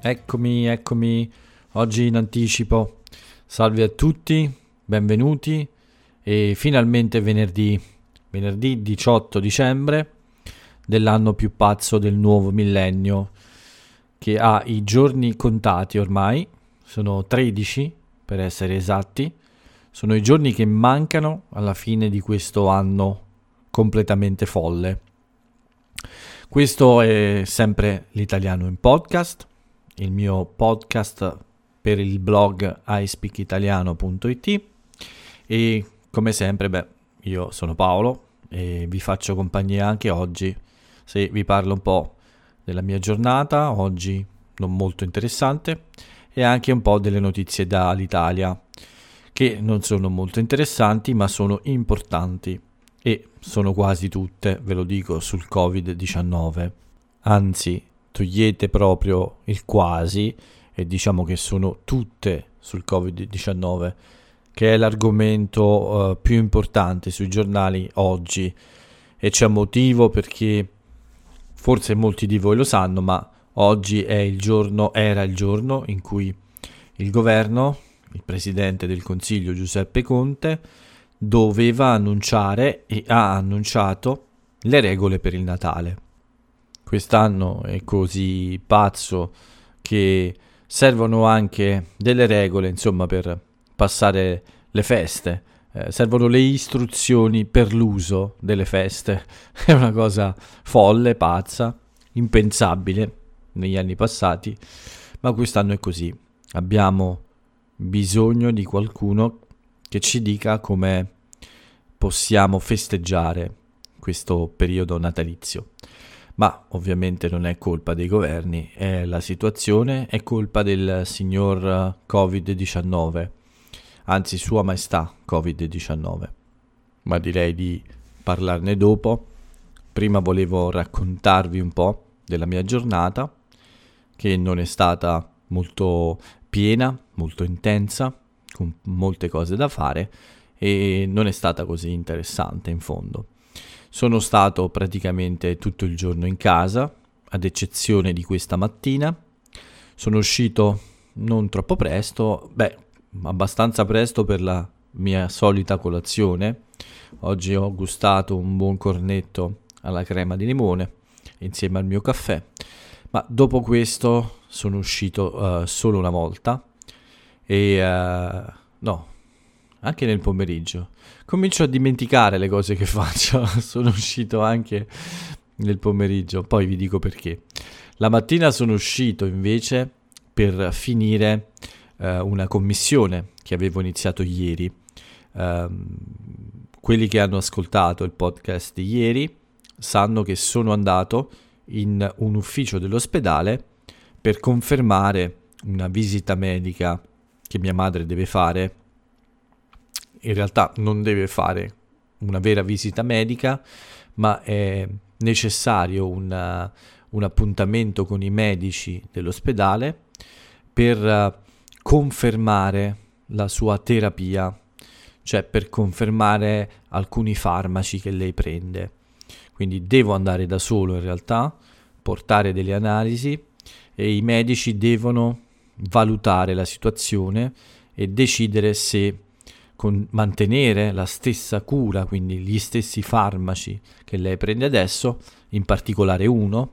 Eccomi, oggi in anticipo. Salve a tutti, benvenuti e finalmente venerdì 18 dicembre dell'anno più pazzo del nuovo millennio, che ha i giorni contati ormai, sono 13 per essere esatti, sono i giorni che mancano alla fine di questo anno completamente folle. Questo è sempre l'Italiano in Podcast, il mio podcast per il blog ispeakitaliano.it, e come sempre, io sono Paolo e vi faccio compagnia anche oggi, se vi parlo un po' della mia giornata, oggi non molto interessante, e anche un po' delle notizie dall'Italia, che non sono molto interessanti ma sono importanti, e sono quasi tutte, ve lo dico, sul Covid-19. Anzi, togliete proprio il quasi e diciamo che sono tutte sul Covid-19, che è l'argomento più importante sui giornali oggi, e c'è motivo, perché forse molti di voi lo sanno, ma oggi era il giorno in cui il governo, il presidente del Consiglio Giuseppe Conte, doveva annunciare e ha annunciato le regole per il Natale. Quest'anno è così pazzo che servono anche delle regole, insomma, per passare le feste. Servono le istruzioni per l'uso delle feste. È una cosa folle, pazza, impensabile negli anni passati, ma quest'anno è così. Abbiamo bisogno di qualcuno che ci dica come possiamo festeggiare questo periodo natalizio. Ma ovviamente non è colpa dei governi, è la situazione, è colpa del signor Covid-19, anzi Sua Maestà Covid-19. Ma direi di parlarne dopo. Prima volevo raccontarvi un po' della mia giornata, che non è stata molto piena, molto intensa, con molte cose da fare, e non è stata così interessante in fondo. Sono stato praticamente tutto il giorno in casa, ad eccezione di questa mattina. Sono uscito non troppo presto, abbastanza presto per la mia solita colazione. Oggi ho gustato un buon cornetto alla crema di limone insieme al mio caffè, ma dopo questo sono uscito solo una volta anche nel pomeriggio. Comincio a dimenticare le cose che faccio. Sono uscito anche nel pomeriggio, poi vi dico perché. La mattina sono uscito invece per finire una commissione che avevo iniziato ieri. Quelli che hanno ascoltato il podcast di ieri sanno che sono andato in un ufficio dell'ospedale per confermare una visita medica che mia madre deve fare. In realtà non deve fare una vera visita medica, ma è necessario un appuntamento con i medici dell'ospedale per confermare la sua terapia, cioè per confermare alcuni farmaci che lei prende. Quindi devo andare da solo in realtà, portare delle analisi, e i medici devono valutare la situazione e decidere se mantenere la stessa cura, quindi gli stessi farmaci che lei prende adesso, in particolare un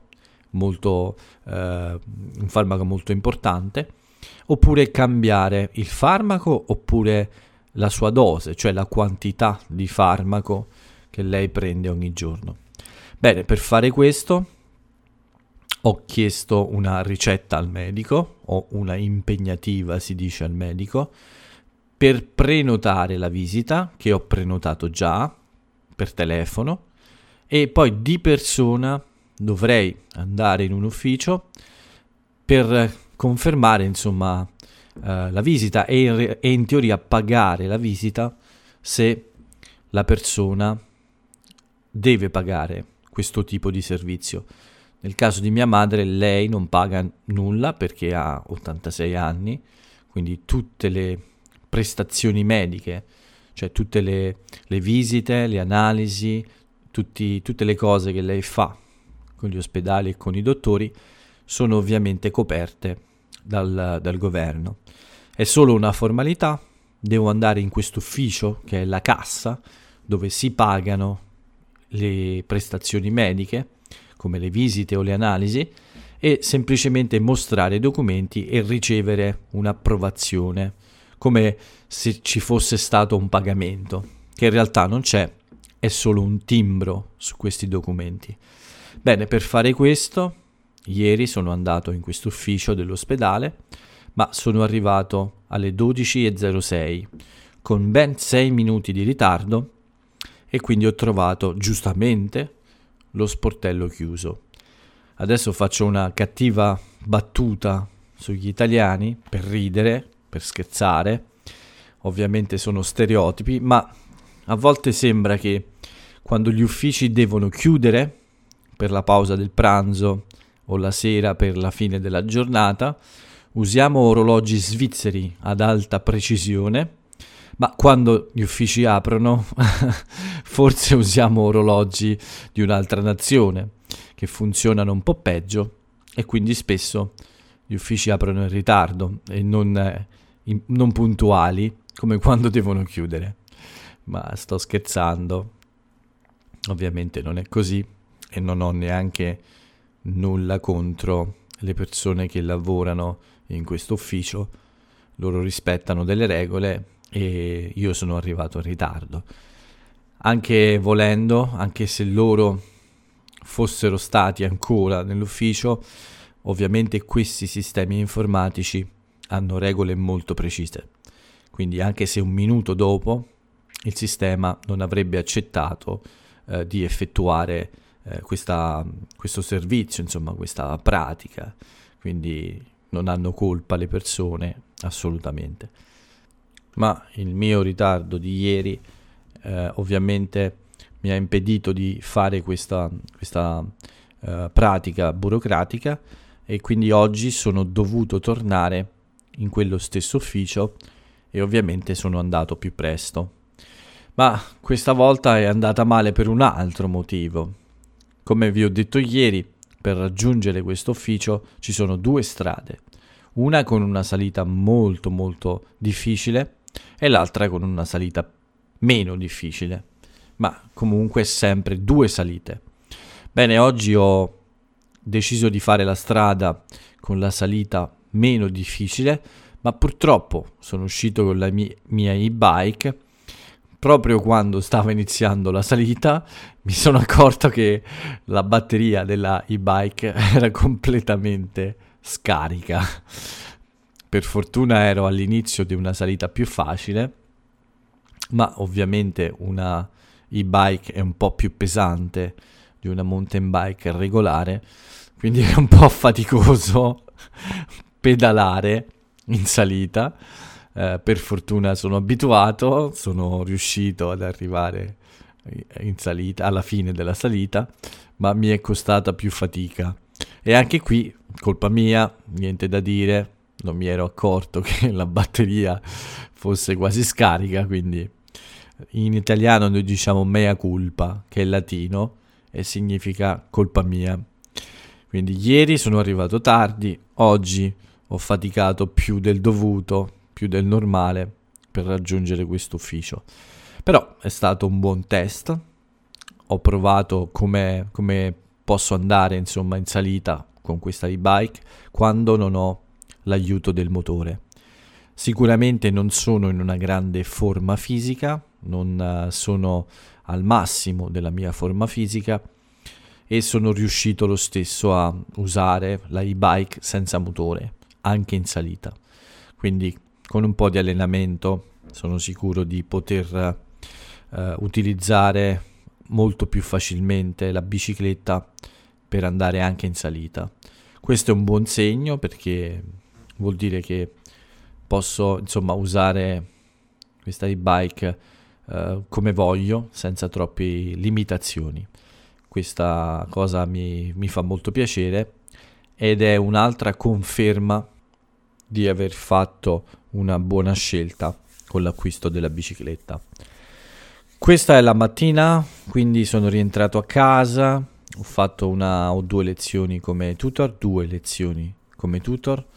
farmaco molto importante, oppure cambiare il farmaco oppure la sua dose, cioè la quantità di farmaco che lei prende ogni giorno. Bene, per fare questo ho chiesto una ricetta al medico, o una impegnativa si dice al medico, per prenotare la visita, che ho prenotato già per telefono, e poi di persona dovrei andare in un ufficio per confermare la visita e in teoria pagare la visita se la persona deve pagare questo tipo di servizio. Nel caso di mia madre, lei non paga nulla perché ha 86 anni, quindi tutte le prestazioni mediche, cioè tutte le visite, le analisi, tutte le cose che lei fa con gli ospedali e con i dottori sono ovviamente coperte dal governo. È solo una formalità, devo andare in questo ufficio che è la cassa, dove si pagano le prestazioni mediche, come le visite o le analisi, e semplicemente mostrare i documenti e ricevere un'approvazione, come se ci fosse stato un pagamento, che in realtà non c'è, è solo un timbro su questi documenti. Bene, per fare questo, ieri sono andato in questo ufficio dell'ospedale, ma sono arrivato alle 12:06 con ben 6 minuti di ritardo e quindi ho trovato giustamente lo sportello chiuso. Adesso faccio una cattiva battuta sugli italiani per ridere, per scherzare. Ovviamente sono stereotipi, ma a volte sembra che quando gli uffici devono chiudere per la pausa del pranzo o la sera per la fine della giornata, usiamo orologi svizzeri ad alta precisione, ma quando gli uffici aprono forse usiamo orologi di un'altra nazione che funzionano un po' peggio e quindi spesso gli uffici aprono in ritardo e non puntuali come quando devono chiudere. Ma sto scherzando, ovviamente non è così e non ho neanche nulla contro le persone che lavorano in questo ufficio, loro rispettano delle regole e io sono arrivato in ritardo. Anche volendo, anche se loro fossero stati ancora nell'ufficio, ovviamente questi sistemi informatici hanno regole molto precise. Quindi anche se un minuto dopo il sistema non avrebbe accettato di effettuare questo servizio, insomma questa pratica. Quindi non hanno colpa le persone, assolutamente. Ma il mio ritardo di ieri ovviamente mi ha impedito di fare questa pratica burocratica e quindi oggi sono dovuto tornare in quello stesso ufficio e ovviamente sono andato più presto. Ma questa volta è andata male per un altro motivo. Come vi ho detto ieri, per raggiungere questo ufficio ci sono 2 strade, una con una salita molto molto difficile e l'altra con una salita meno difficile, ma comunque sempre 2 salite. Bene, oggi ho deciso di fare la strada con la salita meno difficile, ma purtroppo sono uscito con la mia e-bike. Proprio quando stavo iniziando la salita mi sono accorto che la batteria della e-bike era completamente scarica. Per fortuna ero all'inizio di una salita più facile, ma ovviamente una e-bike è un po' più pesante di una mountain bike regolare, quindi è un po' faticoso pedalare in salita. Per fortuna sono abituato, sono riuscito ad arrivare in salita, alla fine della salita, ma mi è costata più fatica. E anche qui, colpa mia, niente da dire, non mi ero accorto che la batteria fosse quasi scarica, quindi in italiano noi diciamo mea culpa, che è latino, e significa colpa mia. Quindi ieri sono arrivato tardi, oggi ho faticato più del dovuto, più del normale per raggiungere questo ufficio. Però è stato un buon test, ho provato come posso andare insomma in salita con questa e-bike quando non ho l'aiuto del motore. Sicuramente non sono in una grande forma fisica, non sono al massimo della mia forma fisica e sono riuscito lo stesso a usare la e-bike senza motore, anche in salita. Quindi con un po' di allenamento sono sicuro di poter utilizzare molto più facilmente la bicicletta per andare anche in salita. Questo è un buon segno perché vuol dire che posso insomma usare questa e-bike come voglio, senza troppe limitazioni. Questa cosa mi fa molto piacere ed è un'altra conferma di aver fatto una buona scelta con l'acquisto della bicicletta. Questa è la mattina, quindi sono rientrato a casa, ho fatto 2 lezioni come tutor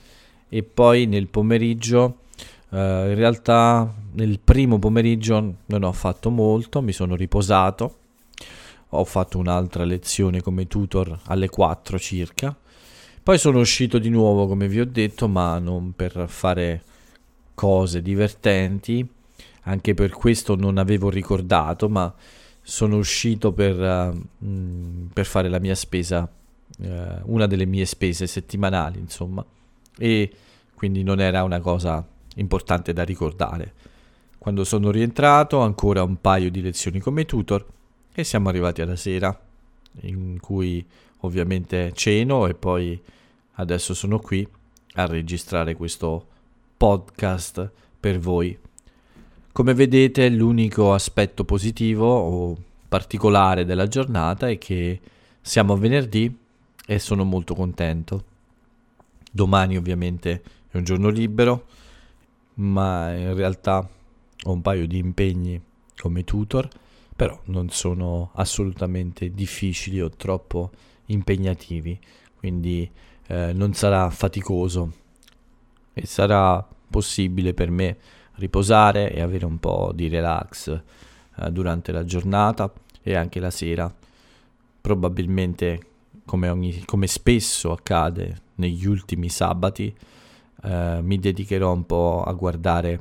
e poi nel pomeriggio, in realtà nel primo pomeriggio non ho fatto molto, mi sono riposato, ho fatto un'altra lezione come tutor alle 4 circa, poi sono uscito di nuovo come vi ho detto, ma non per fare cose divertenti, anche per questo non avevo ricordato, ma sono uscito per fare la mia spesa, una delle mie spese settimanali, insomma, e quindi non era una cosa importante da ricordare. Quando sono rientrato, ancora un paio di lezioni come tutor e siamo arrivati alla sera, in cui ovviamente ceno e poi adesso sono qui a registrare questo podcast per voi. Come vedete, l'unico aspetto positivo o particolare della giornata è che siamo a venerdì e sono molto contento. Domani ovviamente è un giorno libero, ma in realtà ho un paio di impegni come tutor, però non sono assolutamente difficili o troppo impegnativi, quindi non sarà faticoso e sarà possibile per me riposare e avere un po' di relax durante la giornata e anche la sera. Probabilmente, come spesso accade negli ultimi sabati, mi dedicherò un po' a guardare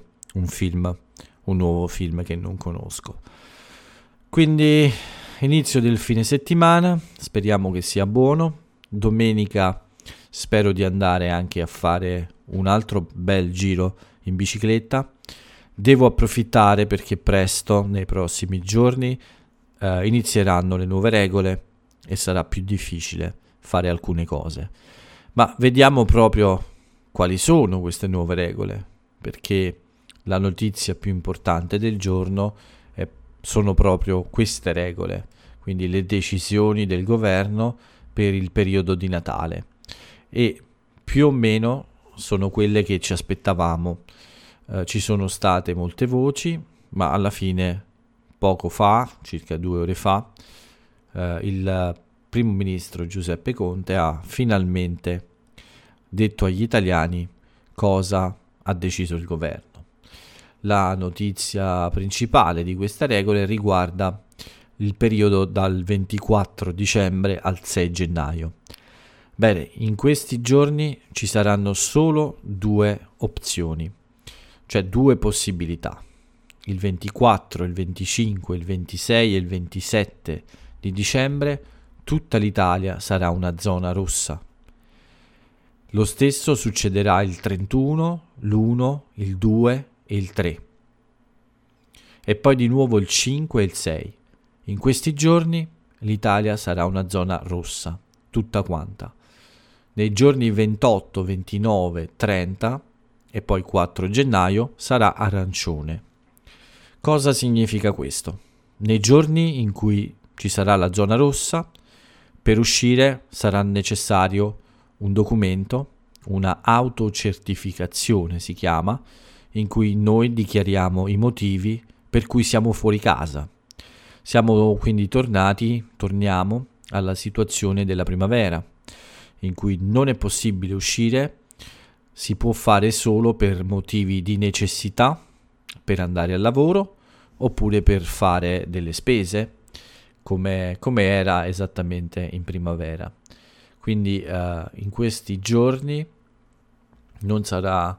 un nuovo film che non conosco. Quindi inizio del fine settimana, speriamo che sia buono. Domenica spero di andare anche a fare un altro bel giro in bicicletta. Devo approfittare perché presto, nei prossimi giorni, inizieranno le nuove regole e sarà più difficile fare alcune cose. Ma vediamo proprio quali sono queste nuove regole, perché la notizia più importante del giorno sono proprio queste regole, quindi le decisioni del governo per il periodo di Natale, e più o meno sono quelle che ci aspettavamo. Ci sono state molte voci, ma alla fine, poco fa, circa 2 ore fa, il primo ministro Giuseppe Conte ha finalmente detto agli italiani cosa ha deciso il governo. La notizia principale di queste regole riguarda il periodo dal 24 dicembre al 6 gennaio. Bene, in questi giorni ci saranno solo 2 opzioni, cioè 2 possibilità. Il 24, il 25, il 26 e il 27 di dicembre tutta l'Italia sarà una zona rossa. Lo stesso succederà il 31, l'1, il 2 e il 3. E poi di nuovo il 5 e il 6. In questi giorni l'Italia sarà una zona rossa, tutta quanta. Nei giorni 28, 29, 30 e poi 4 gennaio sarà arancione. Cosa significa questo? Nei giorni in cui ci sarà la zona rossa, per uscire sarà necessario un documento, una autocertificazione si chiama, in cui noi dichiariamo i motivi per cui siamo fuori casa. Siamo quindi torniamo alla situazione della primavera, in cui non è possibile uscire, si può fare solo per motivi di necessità, per andare al lavoro, oppure per fare delle spese, come era esattamente in primavera. Quindi in questi giorni non sarà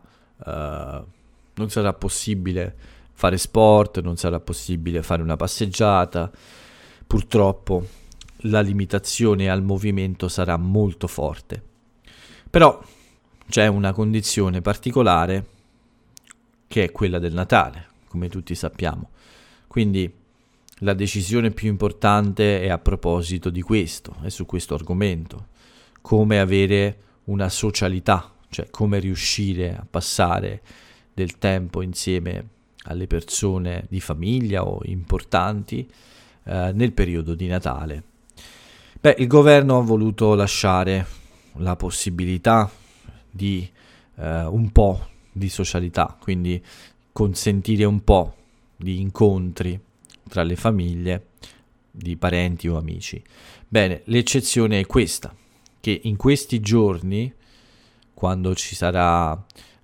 possibile fare sport, non sarà possibile fare una passeggiata. Purtroppo la limitazione al movimento sarà molto forte. Però c'è una condizione particolare che è quella del Natale, come tutti sappiamo. Quindi la decisione più importante è a proposito di questo, è su questo argomento. Come avere una socialità, cioè come riuscire a passare del tempo insieme alle persone di famiglia o importanti nel periodo di Natale. Il governo ha voluto lasciare la possibilità di un po' di socialità, quindi consentire un po' di incontri tra le famiglie di parenti o amici. Bene, l'eccezione è questa, che in questi giorni quando ci sarà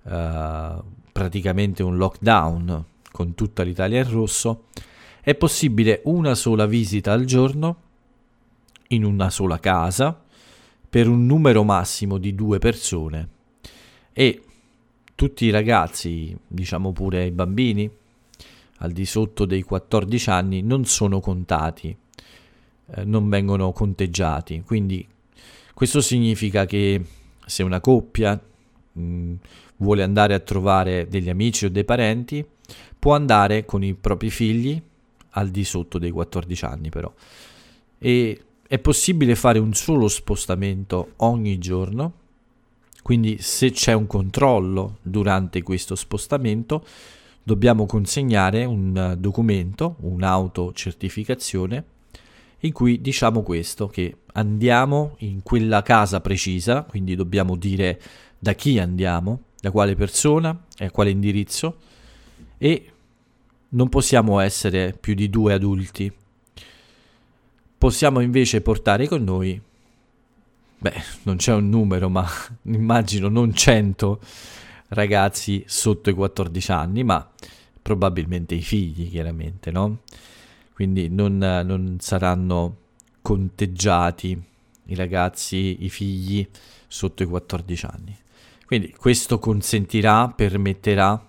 praticamente un lockdown con tutta l'Italia in rosso, è possibile una sola visita al giorno in una sola casa per un numero massimo di 2 persone, e tutti i ragazzi, diciamo pure i bambini al di sotto dei 14 anni, non sono contati, non vengono conteggiati. Quindi questo significa che se una coppia vuole andare a trovare degli amici o dei parenti, può andare con i propri figli al di sotto dei 14 anni però, e è possibile fare un solo spostamento ogni giorno. Quindi se c'è un controllo durante questo spostamento, dobbiamo consegnare un documento, un'autocertificazione, in cui diciamo questo, che andiamo in quella casa precisa, quindi dobbiamo dire da chi andiamo, da quale persona e a quale indirizzo, e non possiamo essere più di 2 adulti. Possiamo invece portare con noi, non c'è un numero, ma immagino non 100 ragazzi sotto i 14 anni, ma probabilmente i figli, chiaramente, no? Quindi non saranno conteggiati i ragazzi, i figli sotto i 14 anni. Quindi questo permetterà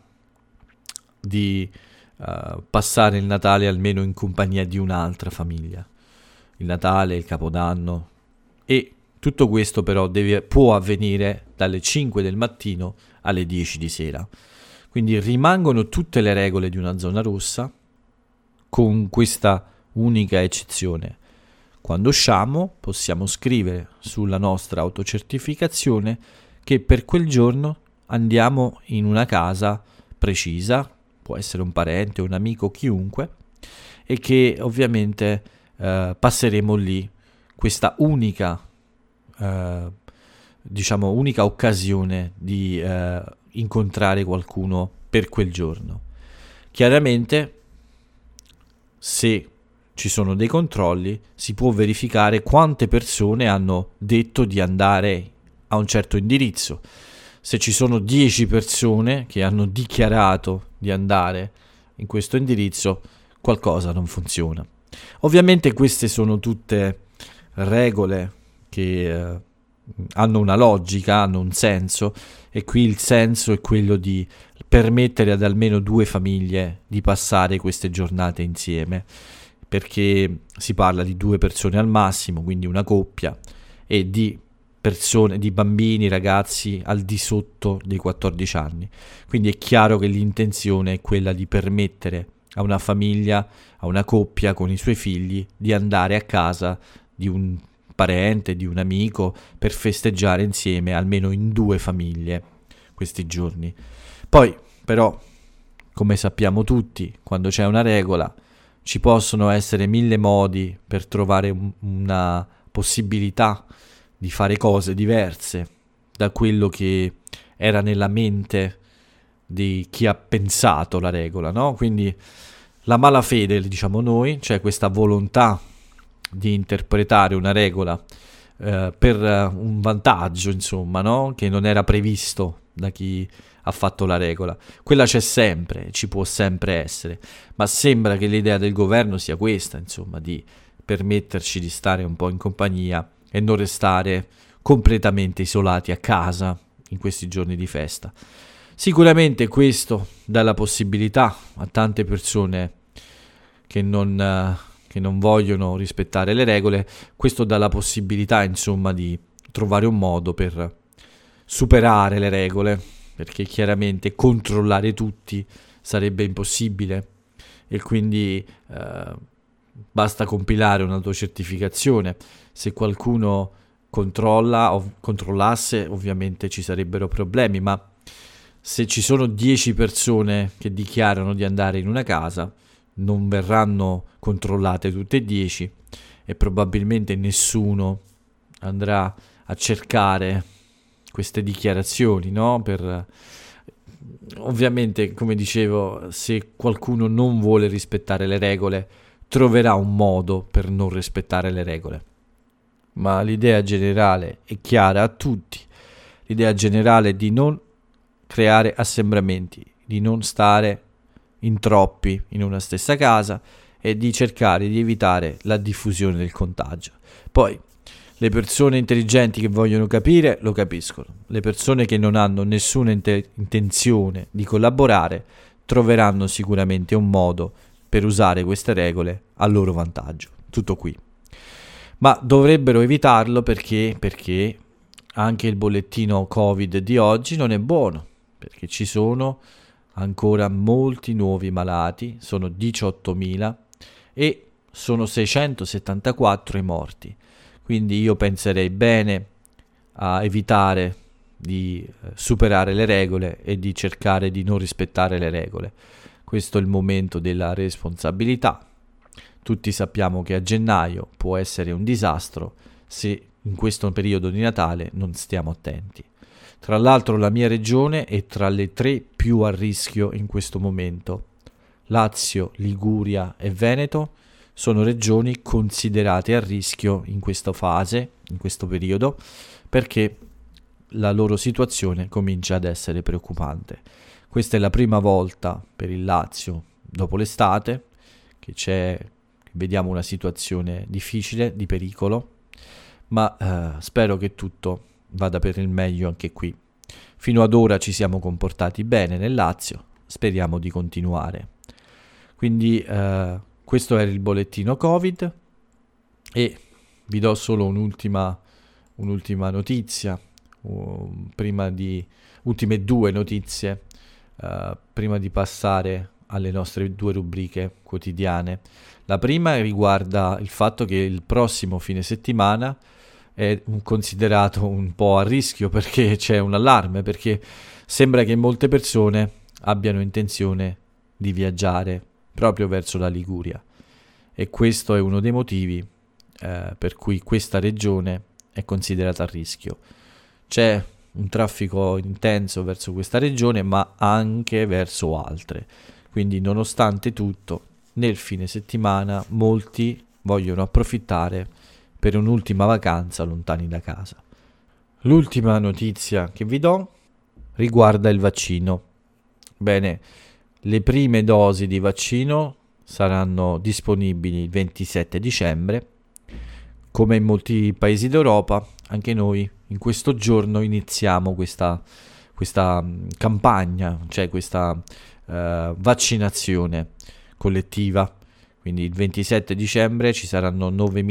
di passare il Natale almeno in compagnia di un'altra famiglia. Il Natale, il Capodanno, e tutto questo però può avvenire dalle 5 del mattino alle 10 di sera. Quindi rimangono tutte le regole di una zona rossa, con questa unica eccezione. Quando usciamo possiamo scrivere sulla nostra autocertificazione che per quel giorno andiamo in una casa precisa, può essere un parente, un amico, chiunque, e che ovviamente passeremo lì questa unica unica occasione di incontrare qualcuno per quel giorno. Chiaramente, se ci sono dei controlli, si può verificare quante persone hanno detto di andare a un certo indirizzo. Se ci sono 10 persone che hanno dichiarato di andare in questo indirizzo, qualcosa non funziona. Ovviamente queste sono tutte regole che hanno una logica, hanno un senso, e qui il senso è quello di permettere ad almeno 2 famiglie di passare queste giornate insieme, perché si parla di 2 persone al massimo, quindi una coppia, e di bambini, ragazzi al di sotto dei 14 anni. Quindi è chiaro che l'intenzione è quella di permettere a una famiglia, a una coppia con i suoi figli, di andare a casa di un parente, di un amico, per festeggiare insieme almeno in 2 famiglie questi giorni. Poi però, come sappiamo tutti, quando c'è una regola ci possono essere 1000 modi per trovare una possibilità di fare cose diverse da quello che era nella mente di chi ha pensato la regola, no? Quindi la malafede, diciamo noi, cioè questa volontà di interpretare una regola per un vantaggio, insomma, no? Che non era previsto da chi ha fatto la regola. Quella c'è sempre, ci può sempre essere, ma sembra che l'idea del governo sia questa, insomma, di permetterci di stare un po' in compagnia e non restare completamente isolati a casa in questi giorni di festa. Sicuramente questo dà la possibilità a tante persone che non vogliono rispettare le regole, questo dà la possibilità, insomma, di trovare un modo per superare le regole, perché chiaramente controllare tutti sarebbe impossibile, e quindi basta compilare un'autocertificazione. Se qualcuno controllasse, ovviamente ci sarebbero problemi, ma se ci sono 10 persone che dichiarano di andare in una casa, non verranno controllate tutte e 10, e probabilmente nessuno andrà a cercare queste dichiarazioni, no? Ovviamente, come dicevo, se qualcuno non vuole rispettare le regole, troverà un modo per non rispettare le regole. Ma l'idea generale è chiara a tutti. l'idea generale è di non creare assembramenti, di non stare in troppi in una stessa casa e di cercare di evitare la diffusione del contagio. Poi le persone intelligenti che vogliono capire lo capiscono, le persone che non hanno nessuna intenzione di collaborare troveranno sicuramente un modo per usare queste regole a loro vantaggio. Tutto qui. Ma dovrebbero evitarlo perché anche il bollettino Covid di oggi non è buono, perché ci sono ancora molti nuovi malati, sono 18.000 e sono 674 i morti. Quindi io penserei bene a evitare di superare le regole e di cercare di non rispettare le regole. Questo è il momento della responsabilità. Tutti sappiamo che a gennaio può essere un disastro se in questo periodo di Natale non stiamo attenti. Tra l'altro la mia regione è tra le 3 più a rischio in questo momento. Lazio, Liguria e Veneto sono regioni considerate a rischio in questa fase, in questo periodo, perché la loro situazione comincia ad essere preoccupante. Questa è la prima volta per il Lazio dopo l'estate che vediamo una situazione difficile, di pericolo, ma spero che tutto vada per il meglio anche qui. Fino ad ora ci siamo comportati bene nel Lazio, speriamo di continuare. Quindi questo era il bollettino Covid e vi do solo un'ultima notizia, ultime 2 notizie prima di passare alle nostre 2 rubriche quotidiane. La prima riguarda il fatto che il prossimo fine settimana è considerato un po' a rischio perché c'è un allarme, perché sembra che molte persone abbiano intenzione di viaggiare proprio verso la Liguria e questo è uno dei motivi per cui questa regione è considerata a rischio. C'è un traffico intenso verso questa regione ma anche verso altre, quindi nonostante tutto nel fine settimana molti vogliono approfittare per un'ultima vacanza lontani da casa. L'ultima notizia che vi do riguarda il vaccino. Bene, le prime dosi di vaccino saranno disponibili il 27 dicembre. Come in molti paesi d'Europa, anche noi in questo giorno iniziamo questa campagna, cioè questa vaccinazione collettiva. Quindi il 27 dicembre ci saranno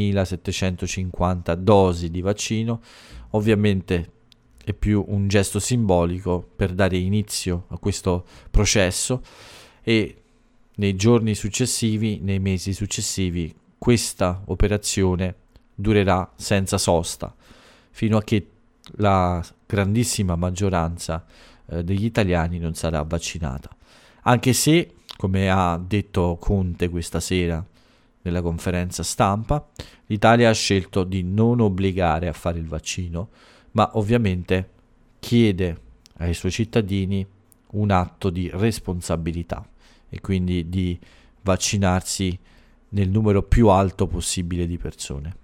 9.750 dosi di vaccino. Ovviamente è più un gesto simbolico per dare inizio a questo processo e nei giorni successivi, nei mesi successivi, questa operazione durerà senza sosta fino a che la grandissima maggioranza degli italiani non sarà vaccinata. Anche se, come ha detto Conte questa sera nella conferenza stampa, l'Italia ha scelto di non obbligare a fare il vaccino, ma ovviamente chiede ai suoi cittadini un atto di responsabilità e quindi di vaccinarsi nel numero più alto possibile di persone.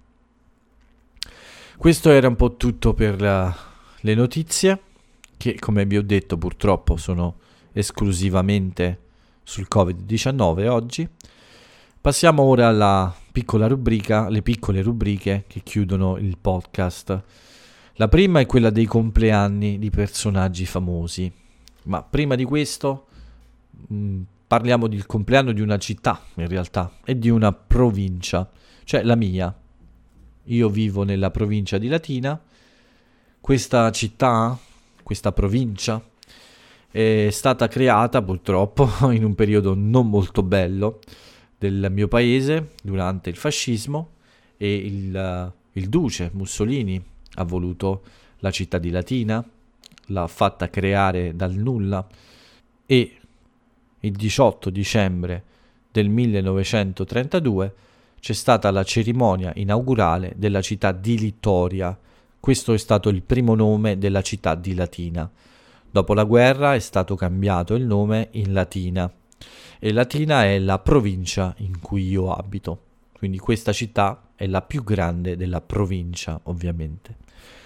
Questo era un po' tutto per le notizie, che come vi ho detto purtroppo sono esclusivamente sul Covid-19 oggi. Passiamo ora alla piccola rubrica, le piccole rubriche che chiudono il podcast. La prima è quella dei compleanni di personaggi famosi, ma prima di questo parliamo del compleanno di una città in realtà e di una provincia, cioè la mia. Io vivo nella provincia di Latina. Questa città, questa provincia, è stata creata purtroppo in un periodo non molto bello del mio paese durante il fascismo e il duce Mussolini ha voluto la città di Latina, l'ha fatta creare dal nulla e il 18 dicembre del 1932 c'è stata la cerimonia inaugurale della città di Littoria. Questo è stato il primo nome della città di Latina. Dopo la guerra è stato cambiato il nome in Latina e Latina è la provincia in cui io abito. Quindi questa città è la più grande della provincia, ovviamente.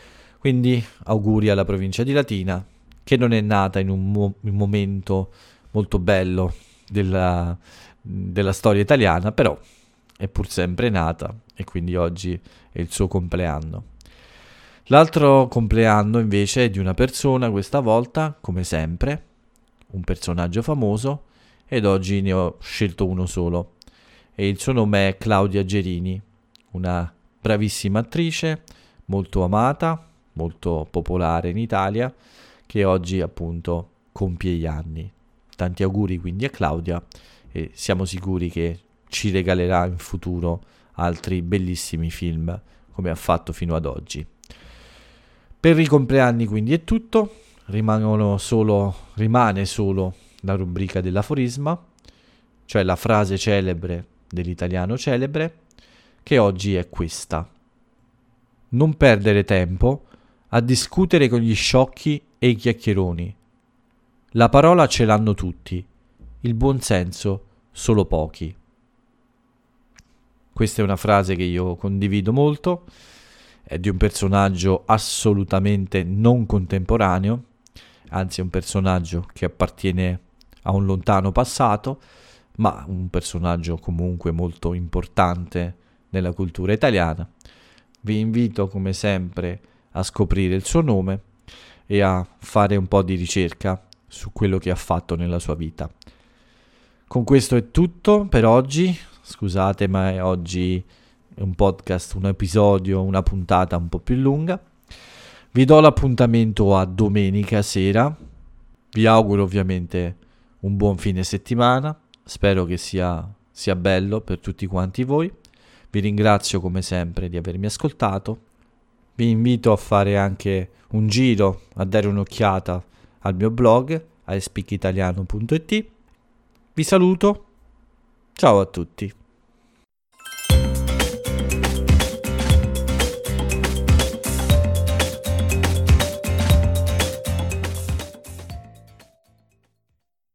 Quindi auguri alla provincia di Latina, che non è nata in un momento molto bello della storia italiana, però è pur sempre nata e quindi oggi è il suo compleanno. L'altro compleanno invece è di una persona, questa volta, come sempre, un personaggio famoso, ed oggi ne ho scelto uno solo. E il suo nome è Claudia Gerini, una bravissima attrice, molto amata, molto popolare in Italia, che oggi appunto compie gli anni. Tanti auguri quindi a Claudia e siamo sicuri che ci regalerà in futuro altri bellissimi film come ha fatto fino ad oggi. Per i compleanni quindi è tutto, rimane solo la rubrica dell'aforisma, cioè la frase celebre dell'italiano celebre, che oggi è questa: non perdere tempo a discutere con gli sciocchi e i chiacchieroni. La parola ce l'hanno tutti, il buon senso solo pochi. Questa è una frase che io condivido molto, è di un personaggio assolutamente non contemporaneo, anzi è un personaggio che appartiene a un lontano passato, ma un personaggio comunque molto importante nella cultura italiana. Vi invito come sempre a scoprire il suo nome e a fare un po' di ricerca su quello che ha fatto nella sua vita. Con questo è tutto per oggi. Scusate, ma oggi è un podcast, un episodio, una puntata un po' più lunga. Vi do l'appuntamento a domenica sera. Vi auguro ovviamente un buon fine settimana. Spero che sia bello per tutti quanti voi. Vi ringrazio come sempre di avermi ascoltato. Vi invito a fare anche un giro, a dare un'occhiata al mio blog a speakitaliano.it. Vi saluto. Ciao a tutti.